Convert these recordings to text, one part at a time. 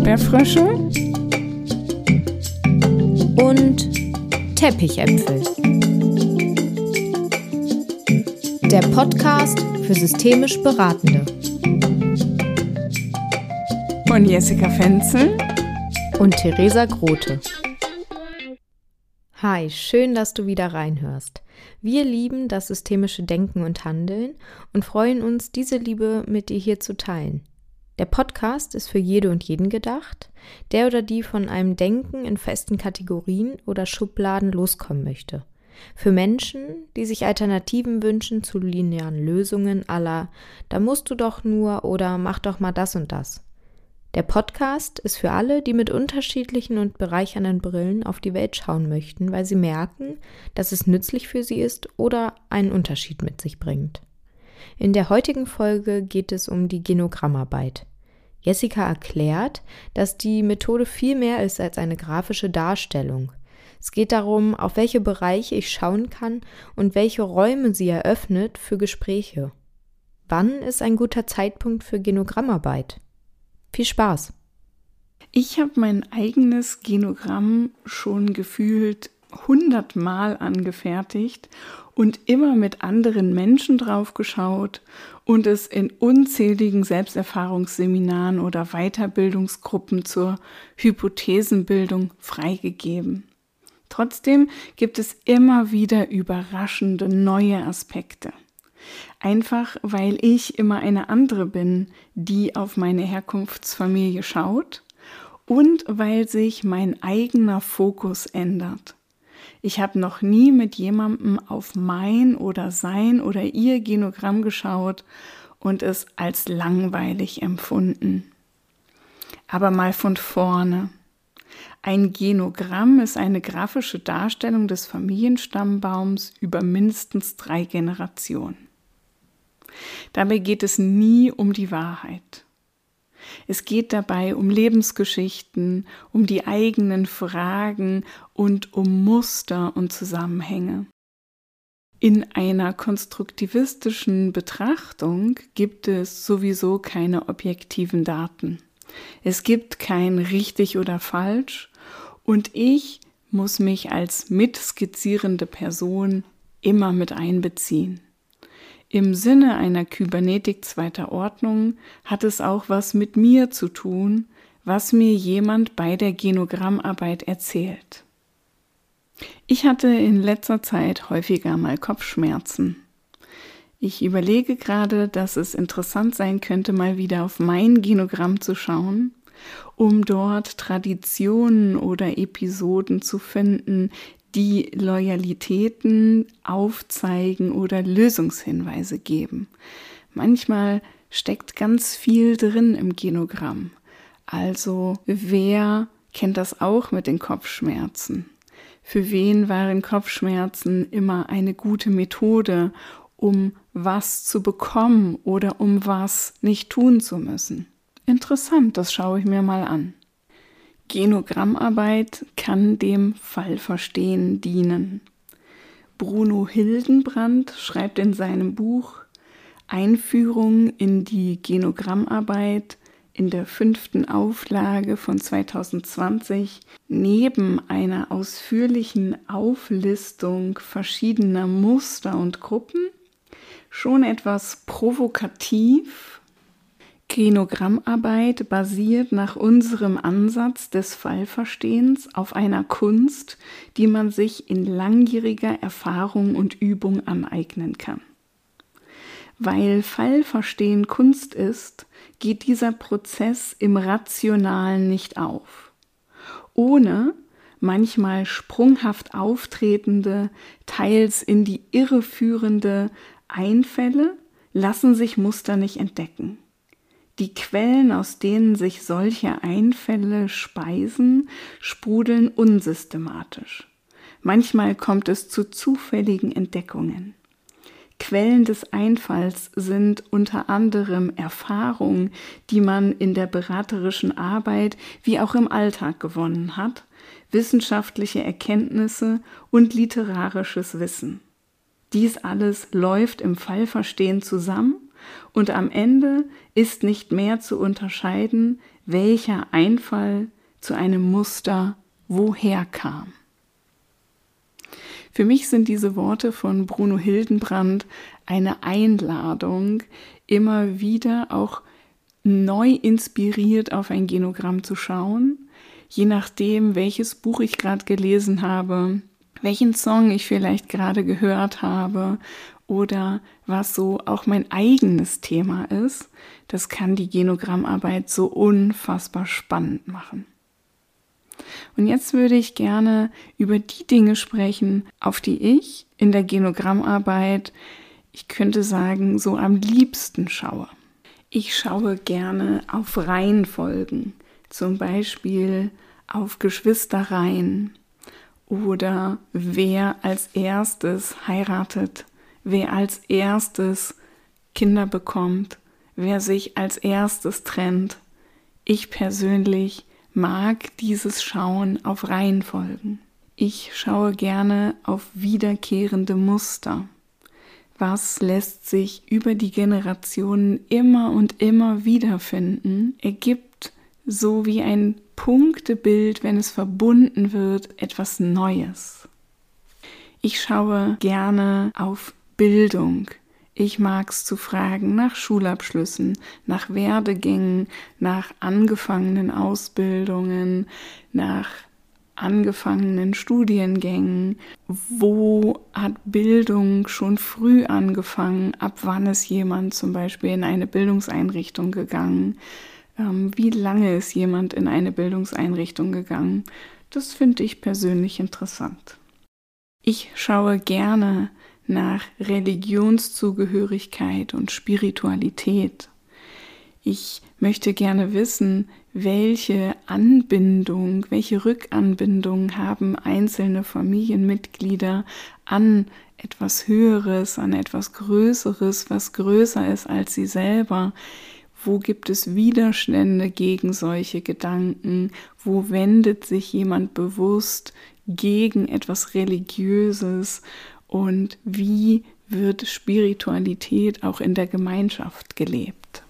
Erdbeerfrösche und Teppichäpfel. Der Podcast für systemisch Beratende. Von Jessica Fenzel und Theresa Grote. Hi, schön, dass du wieder reinhörst. Wir lieben das systemische Denken und Handeln und freuen uns, diese Liebe mit dir hier zu teilen. Der Podcast ist für jede und jeden gedacht, der oder die von einem Denken in festen Kategorien oder Schubladen loskommen möchte. Für Menschen, die sich Alternativen wünschen zu linearen Lösungen à la „da musst du doch nur" oder „mach doch mal das und das". Der Podcast ist für alle, die mit unterschiedlichen und bereichernden Brillen auf die Welt schauen möchten, weil sie merken, dass es nützlich für sie ist oder einen Unterschied mit sich bringt. In der heutigen Folge geht es um die Genogrammarbeit. Jessica erklärt, dass die Methode viel mehr ist als eine grafische Darstellung. Es geht darum, auf welche Bereiche ich schauen kann und welche Räume sie eröffnet für Gespräche. Wann ist ein guter Zeitpunkt für Genogrammarbeit? Viel Spaß! Ich habe mein eigenes Genogramm schon gefühlt 100 Mal angefertigt und immer mit anderen Menschen drauf geschaut und es in unzähligen Selbsterfahrungsseminaren oder Weiterbildungsgruppen zur Hypothesenbildung freigegeben. Trotzdem gibt es immer wieder überraschende neue Aspekte. Einfach weil ich immer eine andere bin, die auf meine Herkunftsfamilie schaut und weil sich mein eigener Fokus ändert. Ich habe noch nie mit jemandem auf mein oder sein oder ihr Genogramm geschaut und es als langweilig empfunden. Aber mal von vorne. Ein Genogramm ist eine grafische Darstellung des Familienstammbaums über mindestens 3 Generationen. Dabei geht es nie um die Wahrheit. Es geht dabei um Lebensgeschichten, um die eigenen Fragen und um Muster und Zusammenhänge. In einer konstruktivistischen Betrachtung gibt es sowieso keine objektiven Daten. Es gibt kein richtig oder falsch und ich muss mich als mitskizzierende Person immer mit einbeziehen. Im Sinne einer Kybernetik zweiter Ordnung hat es auch was mit mir zu tun, was mir jemand bei der Genogrammarbeit erzählt. Ich hatte in letzter Zeit häufiger mal Kopfschmerzen. Ich überlege gerade, dass es interessant sein könnte, mal wieder auf mein Genogramm zu schauen, um dort Traditionen oder Episoden zu finden, die Loyalitäten aufzeigen oder Lösungshinweise geben. Manchmal steckt ganz viel drin im Genogramm. Also wer kennt das auch mit den Kopfschmerzen? Für wen waren Kopfschmerzen immer eine gute Methode, um was zu bekommen oder um was nicht tun zu müssen? Interessant, das schaue ich mir mal an. Genogrammarbeit kann dem Fallverstehen dienen. Bruno Hildenbrand schreibt in seinem Buch Einführung in die Genogrammarbeit in der 5. Auflage von 2020 neben einer ausführlichen Auflistung verschiedener Muster und Gruppen schon etwas provokativ: Genogrammarbeit basiert nach unserem Ansatz des Fallverstehens auf einer Kunst, die man sich in langjähriger Erfahrung und Übung aneignen kann. Weil Fallverstehen Kunst ist, geht dieser Prozess im Rationalen nicht auf. Ohne manchmal sprunghaft auftretende, teils in die Irre führende Einfälle lassen sich Muster nicht entdecken. Die Quellen, aus denen sich solche Einfälle speisen, sprudeln unsystematisch. Manchmal kommt es zu zufälligen Entdeckungen. Quellen des Einfalls sind unter anderem Erfahrungen, die man in der beraterischen Arbeit wie auch im Alltag gewonnen hat, wissenschaftliche Erkenntnisse und literarisches Wissen. Dies alles läuft im Fallverstehen zusammen und am Ende ist nicht mehr zu unterscheiden, welcher Einfall zu einem Muster woher kam. Für mich sind diese Worte von Bruno Hildenbrand eine Einladung, immer wieder auch neu inspiriert auf ein Genogramm zu schauen, je nachdem, welches Buch ich gerade gelesen habe, welchen Song ich vielleicht gerade gehört habe oder was so auch mein eigenes Thema ist. Das kann die Genogrammarbeit so unfassbar spannend machen. Und jetzt würde ich gerne über die Dinge sprechen, auf die ich in der Genogrammarbeit, ich könnte sagen, so am liebsten schaue. Ich schaue gerne auf Reihenfolgen, zum Beispiel auf Geschwisterreihen oder wer als erstes heiratet, wer als erstes Kinder bekommt, wer sich als erstes trennt. Ich persönlich mag dieses Schauen auf Reihenfolgen. Ich schaue gerne auf wiederkehrende Muster. Was lässt sich über die Generationen immer und immer wiederfinden, ergibt so wie ein Punktebild, wenn es verbunden wird, etwas Neues. Ich schaue gerne auf Bildung. Ich mag es zu fragen nach Schulabschlüssen, nach Werdegängen, nach angefangenen Ausbildungen, nach angefangenen Studiengängen. Wo hat Bildung schon früh angefangen? Ab wann ist jemand zum Beispiel in eine Bildungseinrichtung gegangen? Wie lange ist jemand in eine Bildungseinrichtung gegangen? Das finde ich persönlich interessant. Ich schaue gerne nach Religionszugehörigkeit und Spiritualität. Ich möchte gerne wissen, welche Anbindung, welche Rückanbindung haben einzelne Familienmitglieder an etwas Höheres, an etwas Größeres, was größer ist als sie selber. Wo gibt es Widerstände gegen solche Gedanken? Wo wendet sich jemand bewusst gegen etwas Religiöses? Und wie wird Spiritualität auch in der Gemeinschaft gelebt?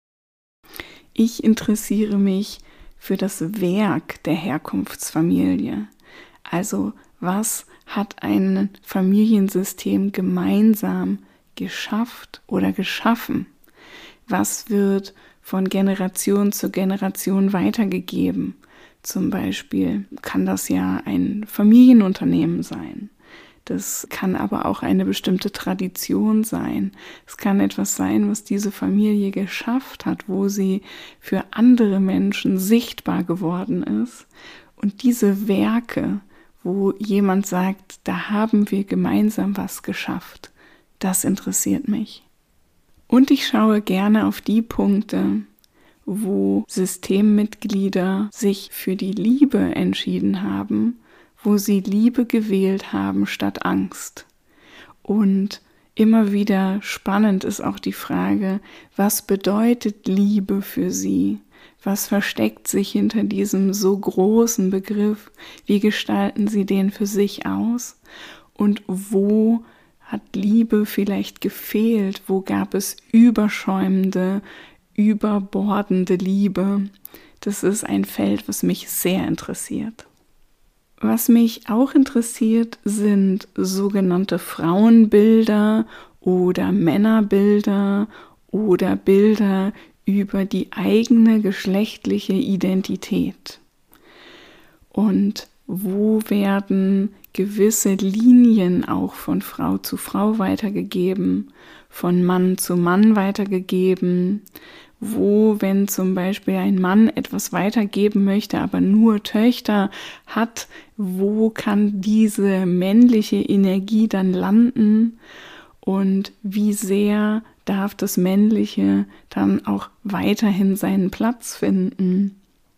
Ich interessiere mich für das Werk der Herkunftsfamilie. Also was hat ein Familiensystem gemeinsam geschafft oder geschaffen? Was wird von Generation zu Generation weitergegeben? Zum Beispiel kann das ja ein Familienunternehmen sein. Das kann aber auch eine bestimmte Tradition sein. Es kann etwas sein, was diese Familie geschafft hat, wo sie für andere Menschen sichtbar geworden ist. Und diese Werke, wo jemand sagt, da haben wir gemeinsam was geschafft, das interessiert mich. Und ich schaue gerne auf die Punkte, wo Systemmitglieder sich für die Liebe entschieden haben, wo sie Liebe gewählt haben statt Angst. Und immer wieder spannend ist auch die Frage, was bedeutet Liebe für sie? Was versteckt sich hinter diesem so großen Begriff? Wie gestalten sie den für sich aus? Und wo hat Liebe vielleicht gefehlt? Wo gab es überschäumende, überbordende Liebe? Das ist ein Feld, was mich sehr interessiert. Was mich auch interessiert, sind sogenannte Frauenbilder oder Männerbilder oder Bilder über die eigene geschlechtliche Identität. Und wo werden gewisse Linien auch von Frau zu Frau weitergegeben, von Mann zu Mann weitergegeben, wo, wenn zum Beispiel ein Mann etwas weitergeben möchte, aber nur Töchter hat, wo kann diese männliche Energie dann landen und wie sehr darf das Männliche dann auch weiterhin seinen Platz finden?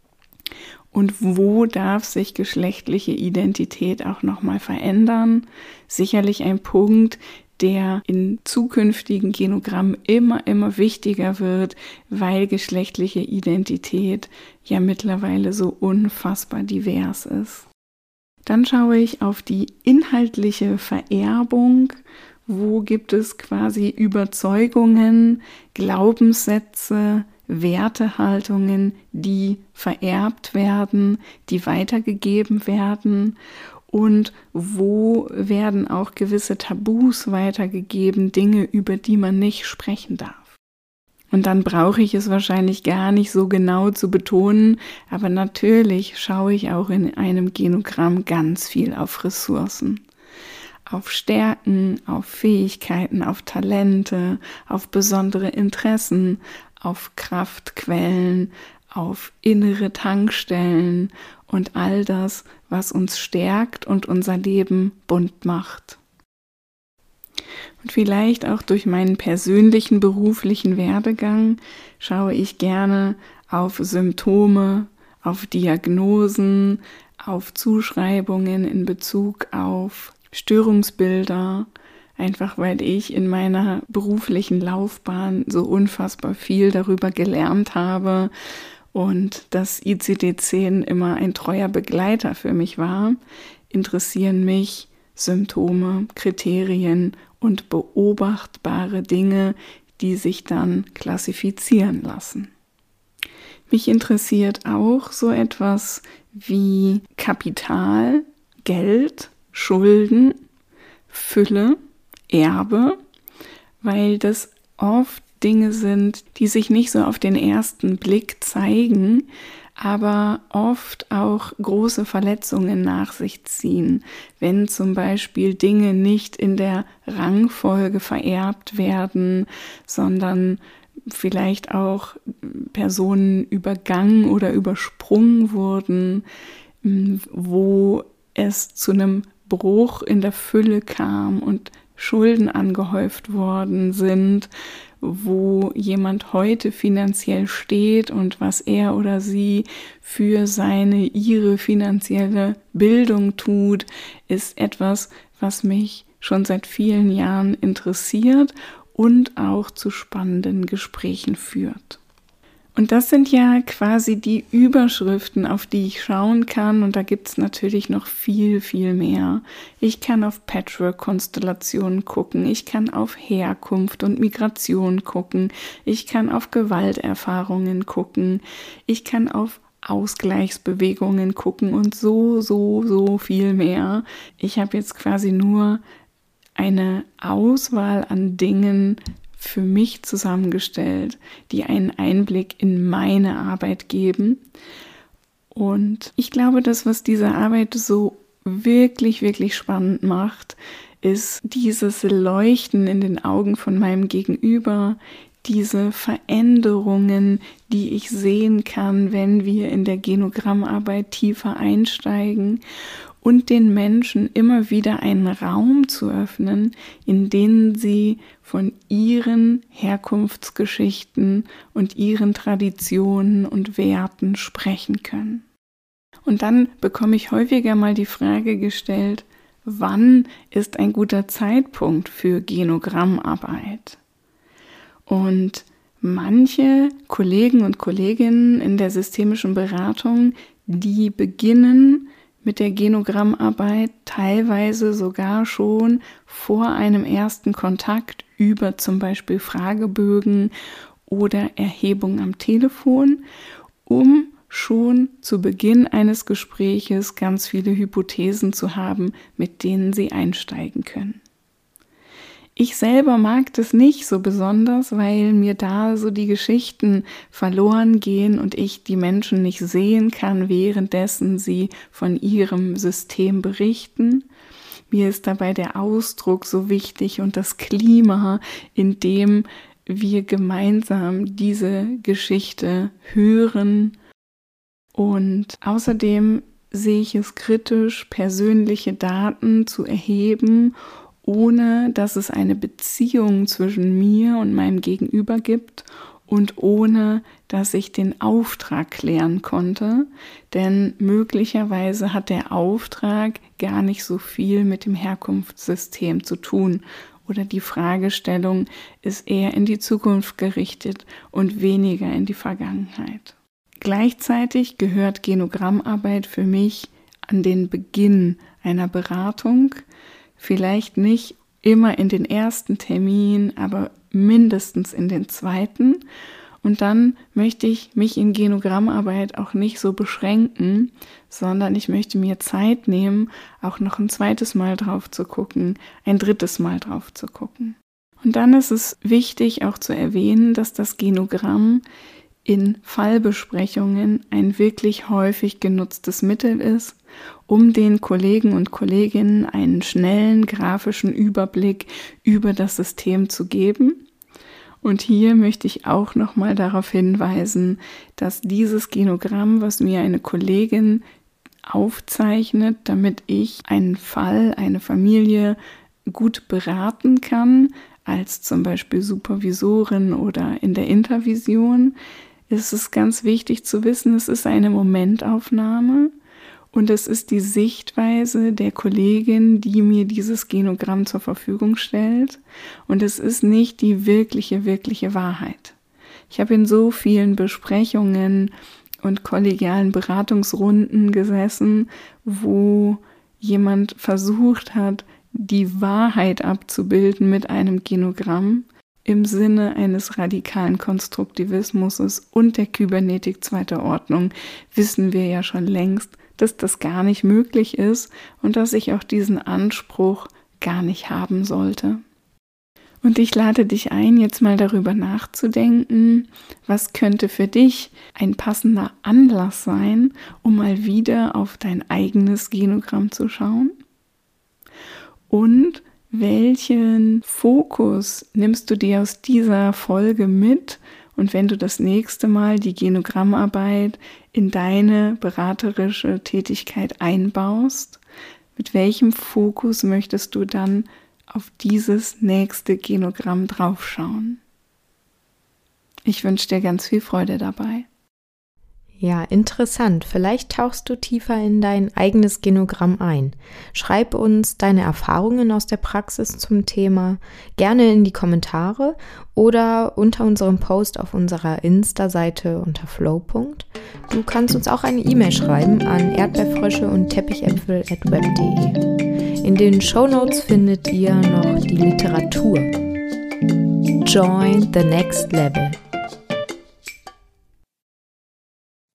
Und wo darf sich geschlechtliche Identität auch nochmal verändern? Sicherlich ein Punkt, der in zukünftigen Genogrammen immer wichtiger wird, weil geschlechtliche Identität ja mittlerweile so unfassbar divers ist. Dann schaue ich auf die inhaltliche Vererbung. Wo gibt es quasi Überzeugungen, Glaubenssätze, Wertehaltungen, die vererbt werden, die weitergegeben werden und wo werden auch gewisse Tabus weitergegeben, Dinge, über die man nicht sprechen darf. Und dann brauche ich es wahrscheinlich gar nicht so genau zu betonen, aber natürlich schaue ich auch in einem Genogramm ganz viel auf Ressourcen, auf Stärken, auf Fähigkeiten, auf Talente, auf besondere Interessen, auf Kraftquellen, auf innere Tankstellen und all das, was uns stärkt und unser Leben bunt macht. Und vielleicht auch durch meinen persönlichen beruflichen Werdegang schaue ich gerne auf Symptome, auf Diagnosen, auf Zuschreibungen in Bezug auf Störungsbilder, einfach weil ich in meiner beruflichen Laufbahn so unfassbar viel darüber gelernt habe und das ICD-10 immer ein treuer Begleiter für mich war, interessieren mich Symptome, Kriterien und beobachtbare Dinge, die sich dann klassifizieren lassen. Mich interessiert auch so etwas wie Kapital, Geld, Schulden, Fülle, Erbe, weil das oft Dinge sind, die sich nicht so auf den ersten Blick zeigen, aber oft auch große Verletzungen nach sich ziehen, wenn zum Beispiel Dinge nicht in der Rangfolge vererbt werden, sondern vielleicht auch Personen übergangen oder übersprungen wurden, wo es zu einem Bruch in der Fülle kam und Schulden angehäuft worden sind, wo jemand heute finanziell steht und was er oder sie für ihre finanzielle Bildung tut, ist etwas, was mich schon seit vielen Jahren interessiert und auch zu spannenden Gesprächen führt. Und das sind ja quasi die Überschriften, auf die ich schauen kann. Und da gibt es natürlich noch viel, viel mehr. Ich kann auf Patchwork-Konstellationen gucken. Ich kann auf Herkunft und Migration gucken. Ich kann auf Gewalterfahrungen gucken. Ich kann auf Ausgleichsbewegungen gucken und so viel mehr. Ich habe jetzt quasi nur eine Auswahl an Dingen für mich zusammengestellt, die einen Einblick in meine Arbeit geben. Und ich glaube, das, was diese Arbeit so wirklich, wirklich spannend macht, ist dieses Leuchten in den Augen von meinem Gegenüber, diese Veränderungen, die ich sehen kann, wenn wir in der Genogrammarbeit tiefer einsteigen und den Menschen immer wieder einen Raum zu öffnen, in dem sie von ihren Herkunftsgeschichten und ihren Traditionen und Werten sprechen können. Und dann bekomme ich häufiger mal die Frage gestellt, wann ist ein guter Zeitpunkt für Genogrammarbeit? Und manche Kollegen und Kolleginnen in der systemischen Beratung, die beginnen mit der Genogrammarbeit teilweise sogar schon vor einem ersten Kontakt über zum Beispiel Fragebögen oder Erhebung am Telefon, um schon zu Beginn eines Gespräches ganz viele Hypothesen zu haben, mit denen sie einsteigen können. Ich selber mag das nicht so besonders, weil mir da so die Geschichten verloren gehen und ich die Menschen nicht sehen kann, währenddessen sie von ihrem System berichten. Mir ist dabei der Ausdruck so wichtig und das Klima, in dem wir gemeinsam diese Geschichte hören. Und außerdem sehe ich es kritisch, persönliche Daten zu erheben, ohne dass es eine Beziehung zwischen mir und meinem Gegenüber gibt und ohne dass ich den Auftrag klären konnte, denn möglicherweise hat der Auftrag gar nicht so viel mit dem Herkunftssystem zu tun oder die Fragestellung ist eher in die Zukunft gerichtet und weniger in die Vergangenheit. Gleichzeitig gehört Genogrammarbeit für mich an den Beginn einer Beratung, vielleicht nicht immer in den ersten Termin, aber mindestens in den zweiten. Und dann möchte ich mich in Genogrammarbeit auch nicht so beschränken, sondern ich möchte mir Zeit nehmen, auch noch ein zweites Mal drauf zu gucken, ein drittes Mal drauf zu gucken. Und dann ist es wichtig auch zu erwähnen, dass das Genogramm in Fallbesprechungen ein wirklich häufig genutztes Mittel ist, um den Kollegen und Kolleginnen einen schnellen grafischen Überblick über das System zu geben. Und hier möchte ich auch nochmal darauf hinweisen, dass dieses Genogramm, was mir eine Kollegin aufzeichnet, damit ich einen Fall, eine Familie gut beraten kann, als zum Beispiel Supervisorin oder in der Intervision, ist es ganz wichtig zu wissen, es ist eine Momentaufnahme und es ist die Sichtweise der Kollegin, die mir dieses Genogramm zur Verfügung stellt und es ist nicht die wirkliche Wahrheit. Ich habe in so vielen Besprechungen und kollegialen Beratungsrunden gesessen, wo jemand versucht hat, die Wahrheit abzubilden mit einem Genogramm im Sinne eines radikalen Konstruktivismus und der Kybernetik zweiter Ordnung wissen wir ja schon längst, dass das gar nicht möglich ist und dass ich auch diesen Anspruch gar nicht haben sollte. Und ich lade dich ein, jetzt mal darüber nachzudenken, was könnte für dich ein passender Anlass sein, um mal wieder auf dein eigenes Genogramm zu schauen? Und welchen Fokus nimmst du dir aus dieser Folge mit? Und wenn du das nächste Mal die Genogrammarbeit in deine beraterische Tätigkeit einbaust, mit welchem Fokus möchtest du dann auf dieses nächste Genogramm draufschauen? Ich wünsche dir ganz viel Freude dabei. Ja, interessant. Vielleicht tauchst du tiefer in dein eigenes Genogramm ein. Schreib uns deine Erfahrungen aus der Praxis zum Thema gerne in die Kommentare oder unter unserem Post auf unserer Insta-Seite unter Flow. Du kannst uns auch eine E-Mail schreiben an erdbeerfrösche und teppichäpfel@web.de. In den Shownotes findet ihr noch die Literatur. Join the next level.